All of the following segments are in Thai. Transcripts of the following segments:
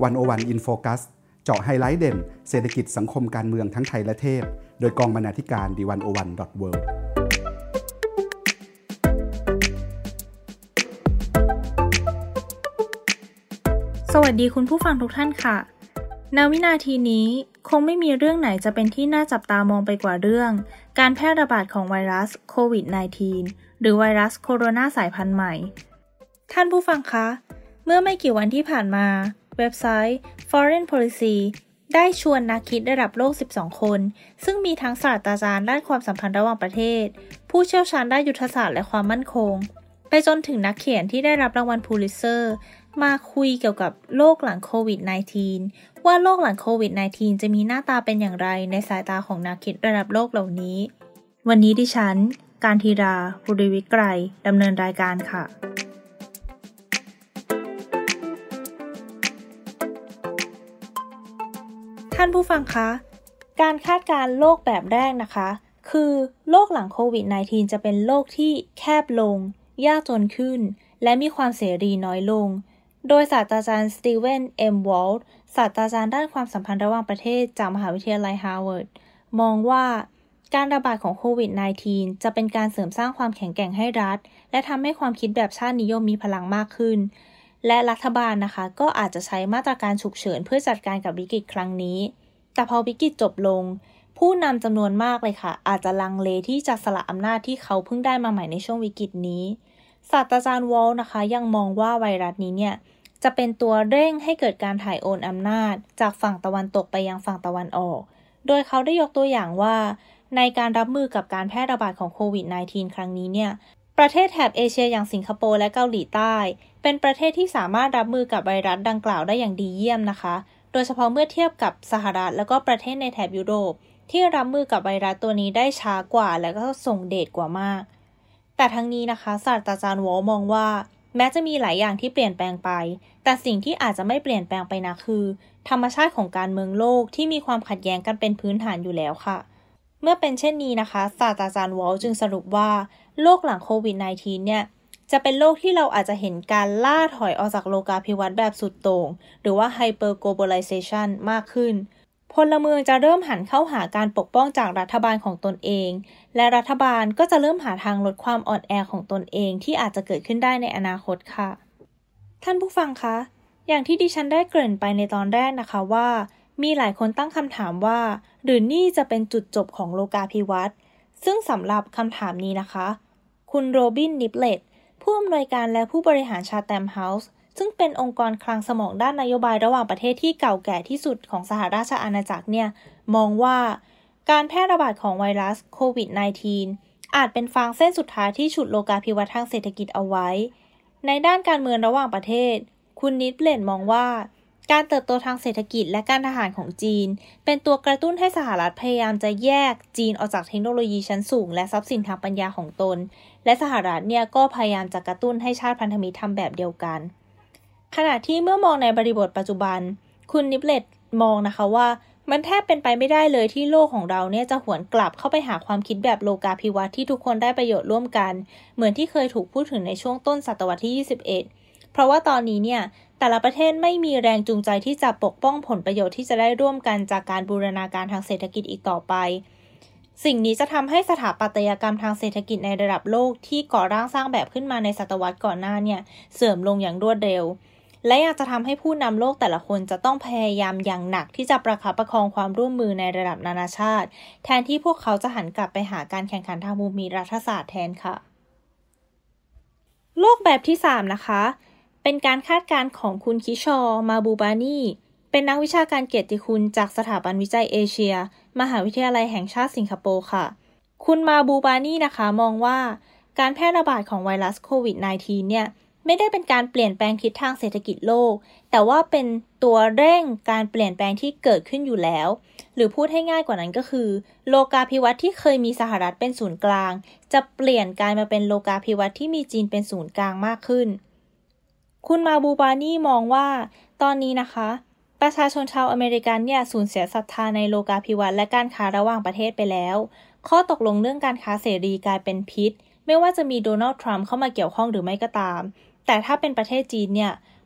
101 in Focus เจาะไฮไลท์เด่นเศรษฐกิจสังคมการเมืองทั้งไทยและเทศโดยกองบรรณาธิการ the101.world สวัสดีคุณผู้ฟังทุกท่านค่ะณวินาทีนี้คงไม่มีเรื่องไหนจะเป็นที่น่าจับตามองไปกว่าเรื่องการแพร่ระบาดของไวรัสโควิด -19 หรือไวรัสโคโรนาสายพันธุ์ใหม่ท่านผู้ฟังคะเมื่อไม่กี่วันที่ผ่านมาเว็บไซต์ Foreign Policy ได้ชวนนักคิดระดับโลก 12 คนซึ่งมีทั้งศาสตราจารย์ด้านความสัมพันธ์ระหว่างประเทศผู้เชี่ยวชาญด้านยุทธศาสตร์และความมั่นคงไปจนถึงนักเขียนที่ได้รับรางวัลพูลิตเซอร์มาคุยเกี่ยวกับโลกหลังโควิด -19 ว่าโลกหลังโควิด -19 จะมีหน้าตาเป็นอย่างไรในสายตาของนักคิดระดับโลกเหล่านี้วันนี้ดิฉันการธีรา บุริวิกรัยดำเนินรายการค่ะท่านผู้ฟังคะการคาดการณ์โลกแบบแรกนะคะคือโลกหลังโควิด -19 จะเป็นโลกที่แคบลงยากจนขึ้นและมีความเสรีน้อยลงโดยศาสตราจารย์สตีเวน เอ็ม วอลต์ศาสตราจารย์ด้านความสัมพันธ์ระหว่างประเทศจากมหาวิทยาลัยฮาร์วาร์ดมองว่าการระบาดของโควิด -19 จะเป็นการเสริมสร้างความแข็งแกร่งให้รัฐและทำให้ความคิดแบบชาตินิยมมีพลังมากขึ้นและรัฐบาลนะคะก็อาจจะใช้มาตรการฉุกเฉินเพื่อจัดการกับวิกฤตครั้งนี้แต่พอวิกฤตจบลงผู้นำจำนวนมากเลยค่ะอาจจะลังเลที่จะสละอำนาจที่เขาเพิ่งได้มาใหม่ในช่วงวิกฤตนี้ศาสตราจารย์วอลต์นะคะยังมองว่าไวรัสนี้เนี่ยจะเป็นตัวเร่งให้เกิดการถ่ายโอนอำนาจจากฝั่งตะวันตกไปยังฝั่งตะวันออกโดยเขาได้ยกตัวอย่างว่าในการรับมือกับการแพร่ระบาดของโควิด -19 ครั้งนี้เนี่ยประเทศแถบเอเชียอย่างสิงคโปร์และเกาหลีใต้เป็นประเทศที่สามารถรับมือกับไวรัสดังกล่าวได้อย่างดีเยี่ยมนะคะโดยเฉพาะเมื่อเทียบกับสหรัฐแล้วก็ประเทศในแถบยุโรปที่รับมือกับไวรัสตัวนี้ได้ช้ากว่าและก็ส่งเดชกว่ามากแต่ทั้งนี้นะคะศาสตราจารย์วอลมองว่าแม้จะมีหลายอย่างที่เปลี่ยนแปลงไปแต่สิ่งที่อาจจะไม่เปลี่ยนแปลงไปนะคือธรรมชาติของการเมืองโลกที่มีความขัดแย้งกันเป็นพื้นฐานอยู่แล้วค่ะเมื่อเป็นเช่นนี้นะคะศาสตราจารย์วอลจึงสรุปว่าโลกหลังโควิด -19 เนี่ยจะเป็นโลกที่เราอาจจะเห็นการล่าถอยออกจากโลกาภิวัตน์แบบสุดโต่งหรือว่า hyper globalization มากขึ้นพลเมืองจะเริ่มหันเข้าหาการปกป้องจากรัฐบาลของตนเองและรัฐบาลก็จะเริ่มหาทางลดความอ่อนแอของตนเองที่อาจจะเกิดขึ้นได้ในอนาคตค่ะท่านผู้ฟังคะอย่างที่ดิฉันได้เกริ่นไปในตอนแรกนะคะว่ามีหลายคนตั้งคำถามว่าหรือนี่จะเป็นจุดจบของโลกาภิวัตน์ซึ่งสำหรับคำถามนี้นะคะคุณโรบิน นิปเลตผู้อำนวยการและผู้บริหาร Chatham House ซึ่งเป็นองค์กรคลังสมองด้านนโยบายระหว่างประเทศที่เก่าแก่ที่สุดของสหราชอาณาจักรเนี่ยมองว่าการแพร่ระบาดของไวรัสโควิด -19 อาจเป็นฟางเส้นสุดท้ายที่ฉุดโลกาภิวัตน์ทางเศรษฐกิจเอาไว้ในด้านการเมืองระหว่างประเทศคุณนิปเลตมองว่าการเติบโตทางเศรษฐกิจและการทหารของจีนเป็นตัวกระตุ้นให้สหรัฐพยายามจะแยกจีนออกจากเทคโนโลยีชั้นสูงและทรัพย์สินทางปัญญาของตนและสหรัฐเนี่ยก็พยายามจะกระตุ้นให้ชาติพันธมิตรทำแบบเดียวกันขณะที่เมื่อมองในบริบทปัจจุบันคุณนิปเลตมองนะคะว่ามันแทบเป็นไปไม่ได้เลยที่โลกของเราเนี่ยจะหวนกลับเข้าไปหาความคิดแบบโลกาภิวัตน์ที่ทุกคนได้ประโยชน์ร่วมกันเหมือนที่เคยถูกพูดถึงในช่วงต้นศตวรรษที่21เพราะว่าตอนนี้เนี่ยแต่ละประเทศไม่มีแรงจูงใจที่จะปกป้องผลประโยชน์ที่จะได้ร่วมกันจากการบูรณาการทางเศรษฐกิจอีกต่อไปสิ่งนี้จะทำให้สถาปัตยกรรมทางเศรษฐกิจในระดับโลกที่ก่อร่างสร้างแบบขึ้นมาในศตวรรษก่อนหน้าเนี่ยเสื่อมลงอย่างรวดเร็วและยังจะทำให้ผู้นำโลกแต่ละคนจะต้องพยายามอย่างหนักที่จะประคับประคองความร่วมมือในระดับนานาชาติแทนที่พวกเขาจะหันกลับไปหาการแข่งขันทางภูมิรัฐศาสตร์แทนค่ะโลกแบบที่3นะคะเป็นการคาดการณ์ของคุณคิชอร์ มาบูบานีเป็นนักวิชาการเกียรติคุณจากสถาบันวิจัยเอเชียมหาวิทยาลัยแห่งชาติสิงคโปร์ค่ะคุณมาบูบานีนะคะมองว่าการแพร่ระบาดของไวรัสโควิด -19 เนี่ยไม่ได้เป็นการเปลี่ยนแปลงทิศทางเศรษฐกิจโลกแต่ว่าเป็นตัวเร่งการเปลี่ยนแปลงที่เกิดขึ้นอยู่แล้วหรือพูดให้ง่ายกว่านั้นก็คือโลกาภิวัตน์ที่เคยมีสหรัฐเป็นศูนย์กลางจะเปลี่ยนกลายมาเป็นโลกาภิวัตน์ที่มีจีนเป็นศูนย์กลางมากขึ้นคุณมาบูบานีมองว่าตอนนี้นะคะประชาชนชาวอเมริกันเนี่ยสูญเสียศรัทธาในโลกาภิวัตน์และการค้าระหว่างประเทศไปแล้วข้อตกลงเรื่องการค้าเสรีกลายเป็นพิษไม่ว่าจะมีโดนัลด์ทรัมป์เข้ามาเกี่ยวข้องหรือไม่ก็ตามแต่ถ้าเป็นประเทศจีนเนี่ย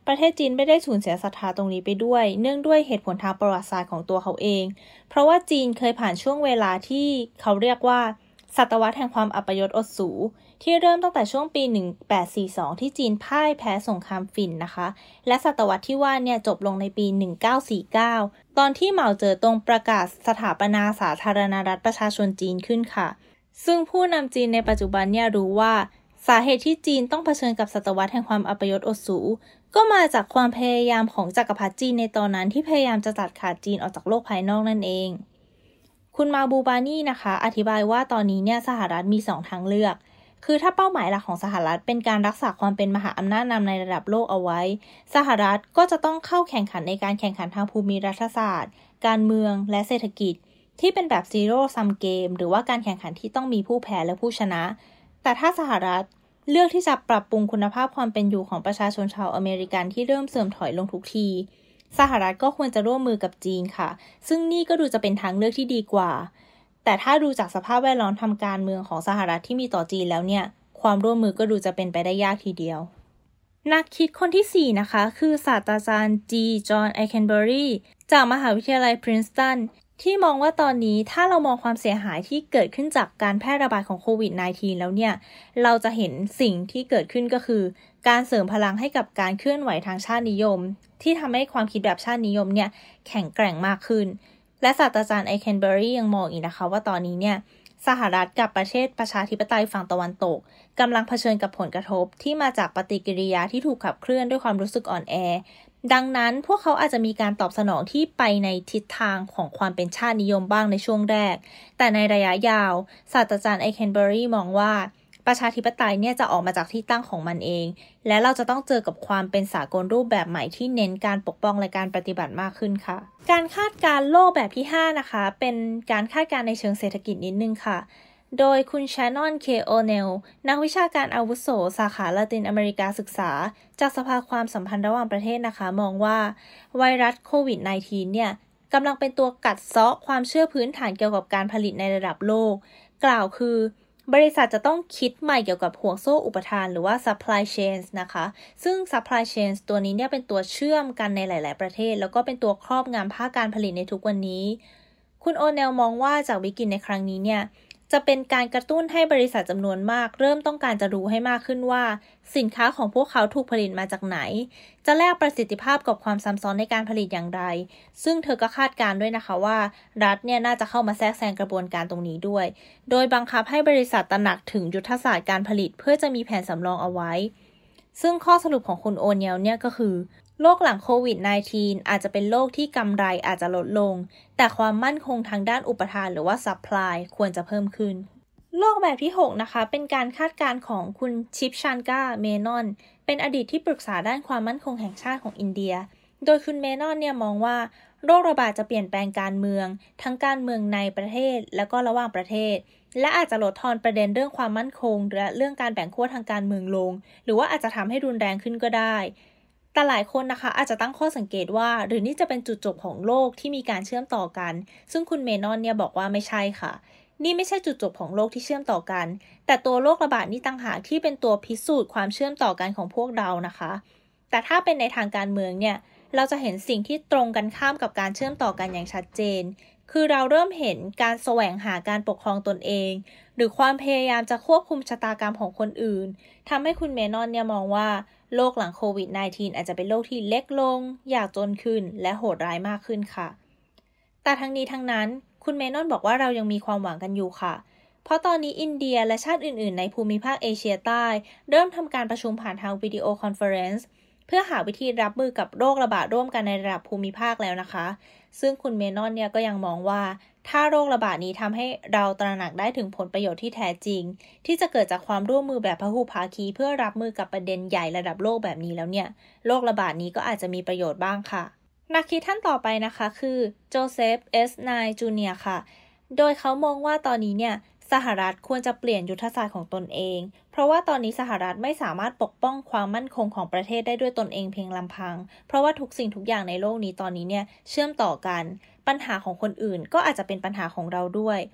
ประเทศจีนไม่ได้สูญเสียศรัทธาตรงนี้ไปด้วยเนื่องด้วยเหตุผลทางประวัติศาสตร์ของตัวเขาเองเพราะว่าจีนเคยผ่านช่วงเวลาที่เขาเรียกว่าศตวรรษแห่งความอัปยศอดสูที่เริ่มตั้งแต่ช่วงปี 1842 ที่จีนพ่ายแพ้สงครามฝิ่นนะคะและศตวรรษที่ว่าเนี่ยจบลงในปี 1949 ตอนที่เหมาเจ๋อตงประกาศสถาปนาสาธารณรัฐประชาชนจีนขึ้นค่ะซึ่งผู้นำจีนในปัจจุบันเนี่ยรู้ว่าสาเหตุที่จีนต้องเผชิญกับศตวรรษแห่งความอัปยศอดสูก็มาจากความพยายามของจักรพรรดิจีนในตอนนั้นที่พยายามจะตัดขาดจีนออกจากโลกภายนอกนั่นเองคุณมาบูบานี่นะคะอธิบายว่าตอนนี้เนี่ยสหรัฐมี2ทางเลือกคือถ้าเป้าหมายหลักของสหรัฐเป็นการรักษาความเป็นมหาอำนาจนำในระดับโลกเอาไว้สหรัฐก็จะต้องเข้าแข่งขันในการแข่งขันทางภูมิรัฐศาสตร์การเมืองและเศรษฐกิจที่เป็นแบบ zero sum game หรือว่าการแข่งขันที่ต้องมีผู้แพ้และผู้ชนะแต่ถ้าสหรัฐเลือกที่จะปรับปรุงคุณภาพความเป็นอยู่ของประชาชนชาวอเมริกันที่เริ่มเสื่อมถอยลงทุกทีสหรัฐก็ควรจะร่วมมือกับจีนค่ะซึ่งนี่ก็ดูจะเป็นทางเลือกที่ดีกว่าแต่ถ้าดูจากสภาพแวดล้อมทางการเมืองของสหรัฐที่มีต่อจีนแล้วเนี่ยความร่วมมือก็ดูจะเป็นไปได้ยากทีเดียวนักคิดคนที่4นะคะคือศาสตราจารย์จีจอห์นไอเคนเบอรีจากมหาวิทยาลัยพรินสตันที่มองว่าตอนนี้ถ้าเรามองความเสียหายที่เกิดขึ้นจากการแพร่ระบาดของโควิด -19 แล้วเนี่ยเราจะเห็นสิ่งที่เกิดขึ้นก็คือการเสริมพลังให้กับการเคลื่อนไหวทางชาตินิยมที่ทำให้ความคิดแบบชาตินิยมเนี่ยแข็งแกร่งมากขึ้นและศาสตราจารย์ไอเคนเบอรียังมองอีกนะคะว่าตอนนี้เนี่ยสหรัฐกับประเทศประชาธิปไตยฝั่งตะวันตกกำลังเผชิญกับผลกระทบที่มาจากปฏิกิริยาที่ถูกขับเคลื่อนด้วยความรู้สึกอ่อนแอดังนั้นพวกเขาอาจจะมีการตอบสนองที่ไปในทิศทางของความเป็นชาตินิยมบ้างในช่วงแรกแต่ในระยะยาวศาสตราจารย์ไอเคนเบอรีมองว่าประชาธิปไตยเนี่ยจะออกมาจากที่ตั้งของมันเองและเราจะต้องเจอกับความเป็นสากลรูปแบบใหม่ที่เน้นการปกป้องและการปฏิบัติมากขึ้นค่ะการคาดการณ์โลกแบบที่5นะคะเป็นการคาดการณ์ในเชิงเศรษฐกิจนิดนึงค่ะโดยคุณชานอน เค โอเนลนักวิชาการอาวุโสสาขาละตินอเมริกาศึกษาจากสภาความสัมพันธ์ระหว่างประเทศนะคะมองว่าไวรัสโควิด -19 เนี่ยกำลังเป็นตัวกัดเซาะความเชื่อพื้นฐานเกี่ยวกับการผลิตในระดับโลกกล่าวคือบริษัทจะต้องคิดใหม่เกี่ยวกับห่วงโซ่อุปทานหรือว่า supply chains นะคะซึ่ง supply chains ตัวนี้เนี่ยเป็นตัวเชื่อมกันในหลายๆประเทศแล้วก็เป็นตัวครอบงำภาคการผลิตในทุกวันนี้คุณโอเนลมองว่าจากวิกฤตในครั้งนี้เนี่ยจะเป็นการกระตุ้นให้บริษัทจำนวนมากเริ่มต้องการจะรู้ให้มากขึ้นว่าสินค้าของพวกเขาถูกผลิตมาจากไหนจะแลกประสิทธิภาพกับความซับซ้อนในการผลิตอย่างไรซึ่งเธอก็คาดการณ์ด้วยนะคะว่ารัฐเนี่ยน่าจะเข้ามาแทรกแซงกระบวนการตรงนี้ด้วยโดยบังคับให้บริษัทตระหนักถึงยุทธศาสตร์การผลิตเพื่อจะมีแผนสำรองเอาไว้ซึ่งข้อสรุปของคุณโอเนลเนี่ยก็คือโลกหลังโควิด -19 อาจจะเป็นโลกที่กำไรอาจจะลดลงแต่ความมั่นคงทางด้านอุปทานหรือว่า supply ควรจะเพิ่มขึ้นโลกแบบที่6นะคะเป็นการคาดการณ์ของคุณชิปชันกาเมนอนเป็นอดีตที่ปรึกษาด้านความมั่นคงแห่งชาติของอินเดียโดยคุณเมนอนเนี่ยมองว่าโรคระบาดจะเปลี่ยนแปลงการเมืองทั้งการเมืองในประเทศและก็ระหว่างประเทศและอาจจะลดทอนประเด็นเรื่องความมั่นคงและเรื่องการแบ่งขั้วทางการเมืองลงหรือว่าอาจจะทำให้รุนแรงขึ้นก็ได้แต่หลายคนนะคะอาจจะตั้งข้อสังเกตว่าหรือนี่จะเป็นจุดจบของโลกที่มีการเชื่อมต่อกันซึ่งคุณเมนอนเนี่ยบอกว่าไม่ใช่ค่ะนี่ไม่ใช่จุดจบของโลกที่เชื่อมต่อกันแต่ตัวโรคระบาดนี่ต่างหากที่เป็นตัวพิสูจน์ความเชื่อมต่อกันของพวกเรานะคะแต่ถ้าเป็นในทางการเมืองเนี่ยเราจะเห็นสิ่งที่ตรงกันข้ามกับการเชื่อมต่อกันอย่างชัดเจนคือเราเริ่มเห็นการแสวงหาการปกครองตนเองหรือความพยายามจะควบคุมชะตากรรมของคนอื่นทำให้คุณเมนอนเนี่ยมองว่าโลกหลังโควิด -19 อาจจะเป็นโลกที่เล็กลงยากจนขึ้นและโหดร้ายมากขึ้นค่ะแต่ทั้งนี้ทั้งนั้นคุณเมนอนบอกว่าเรายังมีความหวังกันอยู่ค่ะเพราะตอนนี้อินเดียและชาติอื่นๆในภูมิภาคเอเชียใต้เริ่มทำการประชุมผ่านทางวิดีโอคอนเฟอเรนซ์เพื่อหาวิธีรับมือกับโรคระบาดร่วมกันในระดับภูมิภาคแล้วนะคะซึ่งคุณเมนอนเนี่ยก็ยังมองว่าถ้าโรคระบาดนี้ทำให้เราตระหนักได้ถึงผลประโยชน์ที่แท้จริงที่จะเกิดจากความร่วมมือแบบพหุภาคีเพื่อรับมือกับประเด็นใหญ่ระดับโลกแบบนี้แล้วเนี่ยโรคระบาดนี้ก็อาจจะมีประโยชน์บ้างค่ะนักคิดท่านต่อไปนะคะคือโจเซฟ เอส ไนน์ จูเนียร์ค่ะโดยเขามองว่าตอนนี้เนี่ยสหรัฐควรจะเปลี่ยนยุทธศาสตร์ของตนเองเพราะว่าตอนนี้สหรัฐไม่สามารถปกป้องความมั่นคงของประเทศได้ด้วยตนเองเพียงลำพังเพราะว่าทุกสิ่งทุกอย่างในโลกนี้ตอนนี้เนี่ยเชื่อมต่อกันปัญหาของคนอื่นก็อาจจะเป็นปัญหาของเราด้วย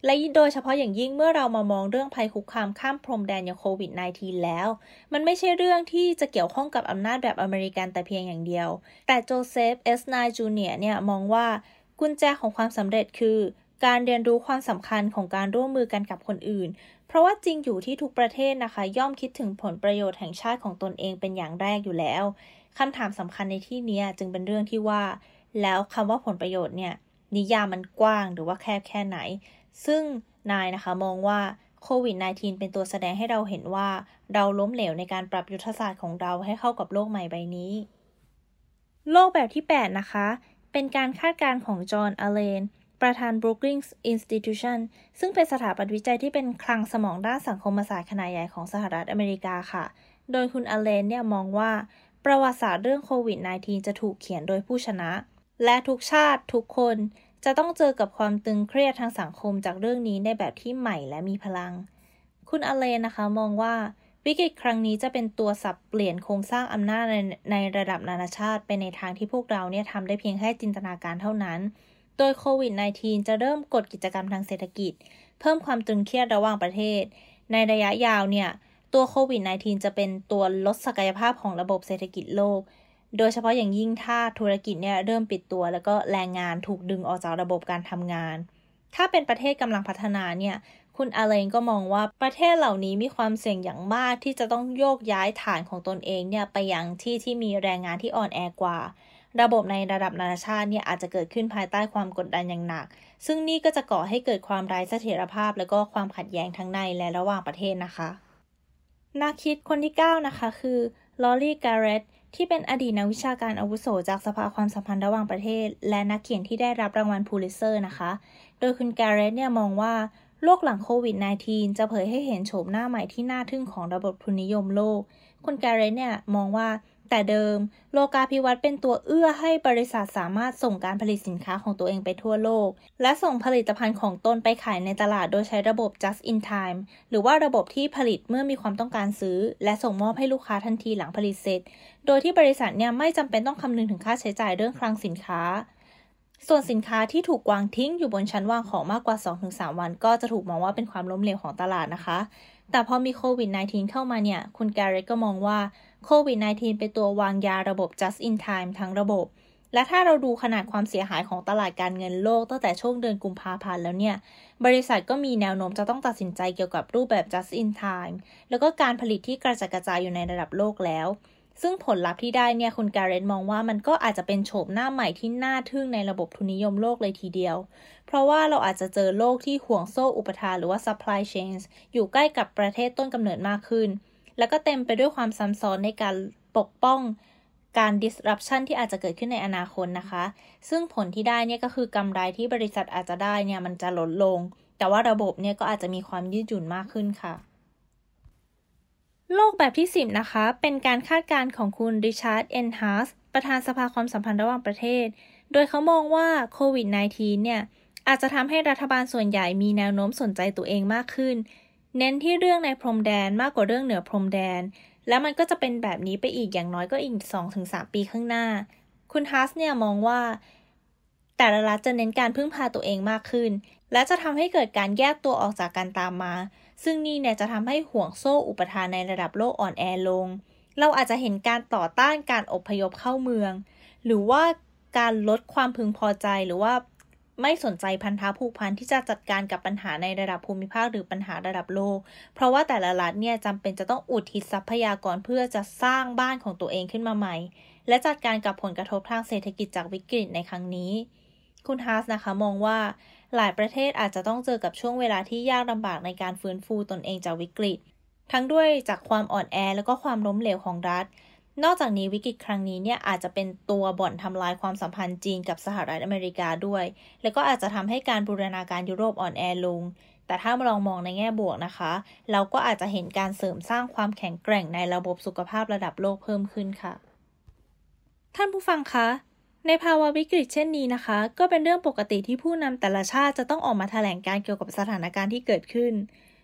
และโดยเฉพาะอย่างยิ่งเมื่อเรามามองเรื่องภัยคุกคามข้ามพรมแดนอย่างโควิด -19 แล้วมันไม่ใช่เรื่องที่จะเกี่ยวข้องกับอำนาจแบบอเมริกันแต่เพียงอย่างเดียวแต่โจเซฟ เอส ไนน์ จูเนียร์เนี่ยมองว่ากุญแจของความสำเร็จคือการเรียนรู้ความสำคัญของการร่วมมือกันกับคนอื่นเพราะว่าจริงอยู่ที่ทุกประเทศนะคะย่อมคิดถึงผลประโยชน์แห่งชาติของตนเองเป็นอย่างแรกอยู่แล้วคำถามสำคัญในที่นี้จึงเป็นเรื่องที่ว่าแล้วคำว่าผลประโยชน์เนี่ยนิยามมันกว้างหรือว่าแคบแค่ไหนซึ่งนายนะคะมองว่าโควิด -19 เป็นตัวแสดงให้เราเห็นว่าเราล้มเหลวในการปรับยุทธศาสตร์ของเราให้เข้ากับโลกใหม่ใบนี้โลกแบบที่ 8 นะคะเป็นการคาดการณ์ของจอห์น อเลนประธาน Brookings Institution ซึ่งเป็นสถาบันวิจัยที่เป็นคลังสมองด้านสังคมศาสตร์ขนาดใหญ่ของสหรัฐอเมริกาค่ะโดยคุณอเลนเนี่ยมองว่าประวัติศาสตร์เรื่องโควิด -19 จะถูกเขียนโดยผู้ชนะและทุกชาติทุกคนจะต้องเจอกับความตึงเครียดทางสังคมจากเรื่องนี้ในแบบที่ใหม่และมีพลังคุณอเลนนะคะมองว่าวิกฤตครั้งนี้จะเป็นตัวสับเปลี่ยนโครงสร้างอำนาจในระดับนานาชาติไปในทางที่พวกเราเนี่ยทำได้เพียงแค่จินตนาการเท่านั้นโดยโควิด -19 จะเริ่มกดกิจกรรมทางเศรษฐกิจเพิ่มความตึงเครียดระหว่างประเทศในระยะยาวเนี่ยตัวโควิด -19 จะเป็นตัวลดศักยภาพของระบบเศรษฐกิจโลกโดยเฉพาะอย่างยิ่งถ้าธุรกิจเนี่ยเริ่มปิดตัวแล้วก็แรงงานถูกดึงออกจากระบบการทำงานถ้าเป็นประเทศกำลังพัฒนาเนี่ยคุณอเลนก็มองว่าประเทศเหล่านี้มีความเสี่ยงอย่างมากที่จะต้องโยกย้ายฐานของตนเองเนี่ยไปยังที่มีแรงงานที่อ่อนแอกว่าระบบในระดับนานาชาติเนี่ยอาจจะเกิดขึ้นภายใต้ความกดดันอย่างหนักซึ่งนี่ก็จะก่อให้เกิดความไร้เสถียรภาพและก็ความขัดแย้งทั้งในและระหว่างประเทศนะคะนักคิดคนที่ 9 นะคะคือลอรี แกเรตที่เป็นอดีตนักวิชาการอาวุโสจากสภาความสัมพันธ์ระหว่างประเทศและนักเขียนที่ได้รับรางวัลพูลิตเซอร์นะคะโดยคุณแกเรตเนี่ยมองว่าโลกหลังโควิด -19 จะเผยให้เห็นโฉมหน้าใหม่ที่น่าทึ่งของระบบทุนนิยมโลกคุณแกเรตเนี่ยมองว่าแต่เดิมโลกาภิวัตน์เป็นตัวเอื้อให้บริษัทสามารถส่งการผลิตสินค้าของตัวเองไปทั่วโลกและส่งผลิตภัณฑ์ของตนไปขายในตลาดโดยใช้ระบบ just in time หรือว่าระบบที่ผลิตเมื่อมีความต้องการซื้อและส่งมอบให้ลูกค้าทันทีหลังผลิตเสร็จโดยที่บริษัทเนี่ยไม่จำเป็นต้องคำนึงถึงค่าใช้จ่ายเรื่องคลังสินค้าส่วนสินค้าที่ถูกวางทิ้งอยู่บนชั้นวางของมากกว่า 2-3 วันก็จะถูกมองว่าเป็นความล้มเหลวของตลาดนะคะแต่พอมีโควิด -19 เข้ามาเนี่ยคุณแกเรตก็มองว่าโควิด -19 เป็นตัววางยาระบบ just in time ทั้งระบบและถ้าเราดูขนาดความเสียหายของตลาดการเงินโลกตั้งแต่ช่วงเดือนกุมภาพันธ์แล้วเนี่ยบริษัทก็มีแนวโน้มจะต้องตัดสินใจเกี่ยวกับรูปแบบ just in time แล้วก็การผลิตที่กระจัดกระจายอยู่ในระดับโลกแล้วซึ่งผลลัพธ์ที่ได้เนี่ยคุณแกเรตมองว่ามันก็อาจจะเป็นโฉมหน้าใหม่ที่น่าทึ่งในระบบทุนนิยมโลกเลยทีเดียวเพราะว่าเราอาจจะเจอโลกที่ห่วงโซ่อุปทานหรือว่า supply chains อยู่ใกล้กับประเทศต้นกำเนิดมากขึ้นแล้วก็เต็มไปด้วยความซ้ำซ้อนในการปกป้องการ disruption ที่อาจจะเกิดขึ้นในอนาคตนะคะซึ่งผลที่ได้เนี่ยก็คือกำไรที่บริษัทอาจจะได้เนี่ยมันจะลดลงแต่ว่าระบบเนี่ยก็อาจจะมีความยืดหยุ่นมากขึ้นค่ะโลกแบบที่ 10 นะคะเป็นการคาดการณ์ของคุณริชาร์ด เอ็น ฮาร์สประธานสภาความสัมพันธ์ระหว่างประเทศโดยเขามองว่าโควิด -19 เนี่ยอาจจะทำให้รัฐบาลส่วนใหญ่มีแนวโน้มสนใจตัวเองมากขึ้นเน้นที่เรื่องในพรมแดนมากกว่าเรื่องเหนือพรมแดนและมันก็จะเป็นแบบนี้ไปอีกอย่างน้อยก็อีก 2-3 ปีข้างหน้าคุณฮาร์สเนี่ยมองว่าแต่ละรัฐจะเน้นการพึ่งพาตัวเองมากขึ้นและจะทำให้เกิดการแยกตัวออกจากกันตามมาซึ่งนี่เนี่ยจะทำให้ห่วงโซ่อุปทานในระดับโลกอ่อนแอลงเราอาจจะเห็นการต่อต้านการอพยพเข้าเมืองหรือว่าการลดความพึงพอใจหรือว่าไม่สนใจพันธะผูกพันที่จะจัดการกับปัญหาในระดับภูมิภาคหรือปัญหาระดับโลกเพราะว่าแต่ละรัฐเนี่ยจำเป็นจะต้องอุทิศทรัพยากรเพื่อจะสร้างบ้านของตัวเองขึ้นมาใหม่และจัดการกับผลกระทบทางเศรษฐกิจจากวิกฤตในครั้งนี้คุณฮาร์สนะคะมองว่าหลายประเทศอาจจะต้องเจอกับช่วงเวลาที่ยากลำบากในการฟื้นฟูตนเองจากวิกฤตทั้งด้วยจากความอ่อนแอและก็ความล้มเหลวของรัฐนอกจากนี้วิกฤตครั้งนี้เนี่ยอาจจะเป็นตัวบ่อนทำลายความสัมพันธ์จีนกับสหรัฐอเมริกาด้วยแล้วก็อาจจะทำให้การบูรณาการยุโรปอ่อนแอลงแต่ถ้าลองมองในแง่บวกนะคะเราก็อาจจะเห็นการเสริมสร้างความแข็งแกร่งในระบบสุขภาพระดับโลกเพิ่มขึ้นค่ะท่านผู้ฟังคะในภาวะวิกฤตเช่นนี้นะคะก็เป็นเรื่องปกติที่ผู้นำแต่ละชาติจะต้องออกมาแถลงการเกี่ยวกับสถานการณ์ที่เกิดขึ้น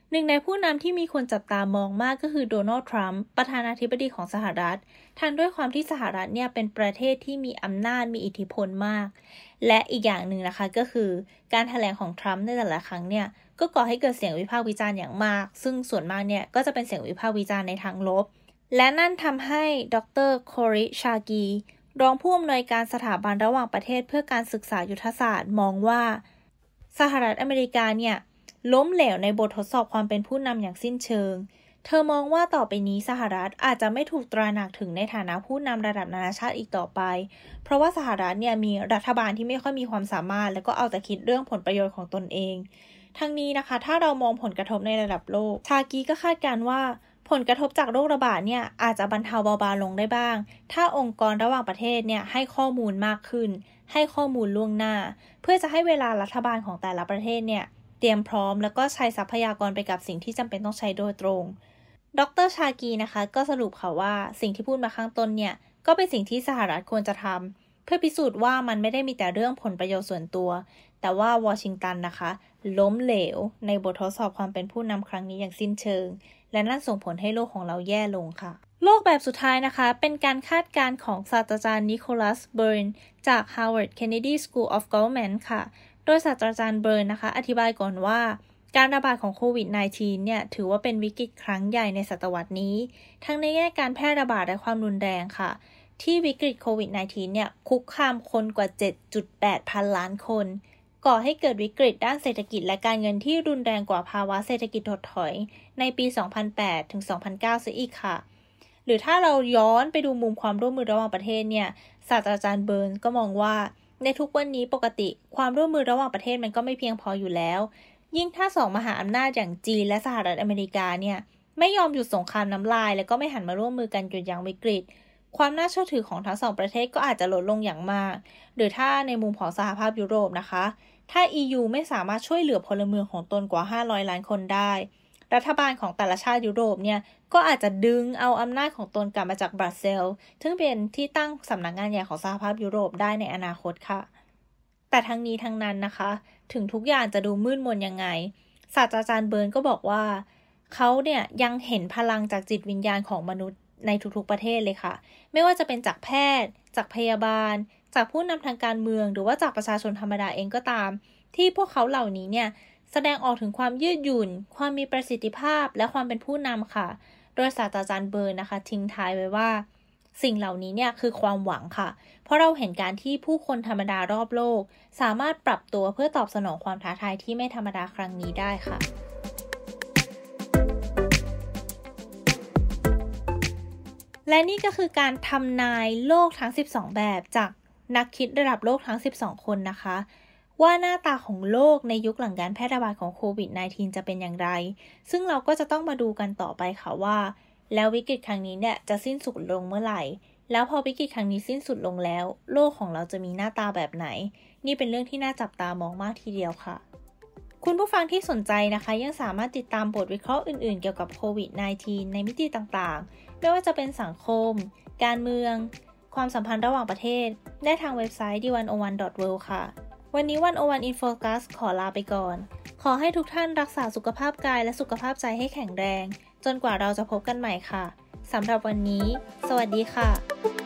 หนึ่งในผู้นำที่มีคนจับตามองมากก็คือโดนัลด์ทรัมป์ประธานาธิบดีของสหรัฐทั้งด้วยความที่สหรัฐเนี่ยเป็นประเทศที่มีอำนาจมีอิทธิพลมากและอีกอย่างหนึ่งนะคะก็คือการแถลงของทรัมป์ในแต่ละครั้งเนี่ยก็ก่อให้เกิดเสียงวิพากษ์วิจารณ์อย่างมากซึ่งส่วนมากเนี่ยก็จะเป็นเสียงวิพากษ์วิจารณ์ในทางลบและนั่นทำให้ดร.โคริชากีรองผู้อำนวยการสถาบันระหว่างประเทศเพื่อการศึกษายุทธศาสตร์มองว่าสหรัฐอเมริกาเนี่ยล้มเหลวในบททดสอบความเป็นผู้นำอย่างสิ้นเชิงเธอมองว่าต่อไปนี้สหรัฐอาจจะไม่ถูกตระหนักถึงในฐานะผู้นำระดับนานาชาติอีกต่อไปเพราะว่าสหรัฐเนี่ยมีรัฐบาลที่ไม่ค่อยมีความสามารถและก็เอาแต่คิดเรื่องผลประโยชน์ของตนเองทั้งนี้นะคะถ้าเรามองผลกระทบในระดับโลกชากีก็คาดการณ์ว่าผลกระทบจากโรคระบาดเนี่ยอาจจะบรรเทาเบาบางลงได้บ้างถ้าองค์กรระหว่างประเทศเนี่ยให้ข้อมูลมากขึ้นให้ข้อมูลล่วงหน้าเพื่อจะให้เวลารัฐบาลของแต่ละประเทศเนี่ยเตรียมพร้อมแล้วก็ใช้ทรัพยากรไปกับสิ่งที่จำเป็นต้องใช้โดยตรงดร.ชากีนะคะก็สรุปค่ะว่าสิ่งที่พูดมาข้างต้นเนี่ยก็เป็นสิ่งที่สหรัฐควรจะทำเพื่อพิสูจน์ว่ามันไม่ได้มีแต่เรื่องผลประโยชน์ส่วนตัวแต่ว่าวอชิงตันนะคะล้มเหลวในบททดสอบความเป็นผู้นำครั้งนี้อย่างสิ้นเชิงและนั่นส่งผลให้โลกของเราแย่ลงค่ะโลกแบบสุดท้ายนะคะเป็นการคาดการณ์ของศาสตราจารย์นิโคลัสเบิร์นจาก Harvard Kennedy School of Government ค่ะโดยศาสตราจารย์เบิร์นนะคะอธิบายก่อนว่าการระบาดของโควิด -19 เนี่ยถือว่าเป็นวิกฤตครั้งใหญ่ในศตวรรษนี้ทั้งในแง่การแพร่ระบาดและความรุนแรงค่ะที่วิกฤตโควิด -19 เนี่ยคุกคามคนกว่า 7.8 พันล้านคนก่อให้เกิดวิกฤตด้านเศรษฐกิจและการเงินที่รุนแรงกว่าภาวะเศรษฐกิจถดถอยในปี 2008 ถึง 2009 ซะอีกค่ะหรือถ้าเราย้อนไปดูมุมความร่วมมือระหว่างประเทศเนี่ยศาสตราจารย์เบิร์นก็มองว่าในทุกวันนี้ปกติความร่วมมือระหว่างประเทศมันก็ไม่เพียงพออยู่แล้วยิ่งถ้าสองมหาอำนาจอย่างจีนและสหรัฐอเมริกาเนี่ยไม่ยอมหยุดสงครามน้ำลายและก็ไม่หันมาร่วมมือกันหยุดยั้งวิกฤตความน่าเชื่อถือของทั้งสองประเทศก็อาจจะลดลงอย่างมากหรือถ้าในมุมของสหภาพยุโรปนะคะถ้า EU ไม่สามารถช่วยเหลือพลเมืองของตนกว่า500ล้านคนได้รัฐบาลของแต่ละชาติยุโรปเนี่ยก็อาจจะดึงเอาอำนาจของตนกลับมาจากบรัสเซลส์ซึ่งเป็นที่ตั้งสำนักงานใหญ่ของสหภาพยุโรปได้ในอนาคตค่ะแต่ทั้งนี้ทั้งนั้นนะคะถึงทุกอย่างจะดูมืดมนยังไงศาสตราจารย์เบิร์นก็บอกว่าเขาเนี่ยยังเห็นพลังจากจิตวิญญาณของมนุษย์ในทุกๆประเทศเลยค่ะไม่ว่าจะเป็นจากแพทย์จากพยาบาลจากผู้นำทางการเมืองหรือว่าจากประชาชนธรรมดาเองก็ตามที่พวกเขาเหล่านี้เนี่ยแสดงออกถึงความยืดหยุ่นความมีประสิทธิภาพและความเป็นผู้นำค่ะโดยศาสตราจารย์เบิร์นนะคะทิ้งท้ายไว้ว่าสิ่งเหล่านี้เนี่ยคือความหวังค่ะเพราะเราเห็นการที่ผู้คนธรรมดารอบโลกสามารถปรับตัวเพื่อตอบสนองความท้าทายที่ไม่ธรรมดาครั้งนี้ได้ค่ะและนี่ก็คือการทำนายโลกทั้ง12แบบจากนักคิดระดับโลกทั้ง12คนนะคะว่าหน้าตาของโลกในยุคหลังการแพร่ระบาดของโควิด -19 จะเป็นอย่างไรซึ่งเราก็จะต้องมาดูกันต่อไปค่ะว่าแล้ววิกฤตครั้งนี้เนี่ยจะสิ้นสุดลงเมื่อไหร่แล้วพอวิกฤตครั้งนี้สิ้นสุดลงแล้วโลกของเราจะมีหน้าตาแบบไหนนี่เป็นเรื่องที่น่าจับตามองมากทีเดียวค่ะคุณผู้ฟังที่สนใจนะคะยังสามารถติดตามบทวิเคราะห์อื่นๆเกี่ยวกับโควิด -19 ในมิติต่างๆไม่ว่าจะเป็นสังคมการเมืองความสัมพันธ์ระหว่างประเทศได้ทางเว็บไซต์ d101.world ค่ะวันนี้101 In Focus ขอลาไปก่อนขอให้ทุกท่านรักษาสุขภาพกายและสุขภาพใจให้แข็งแรงจนกว่าเราจะพบกันใหม่ค่ะสำหรับวันนี้สวัสดีค่ะ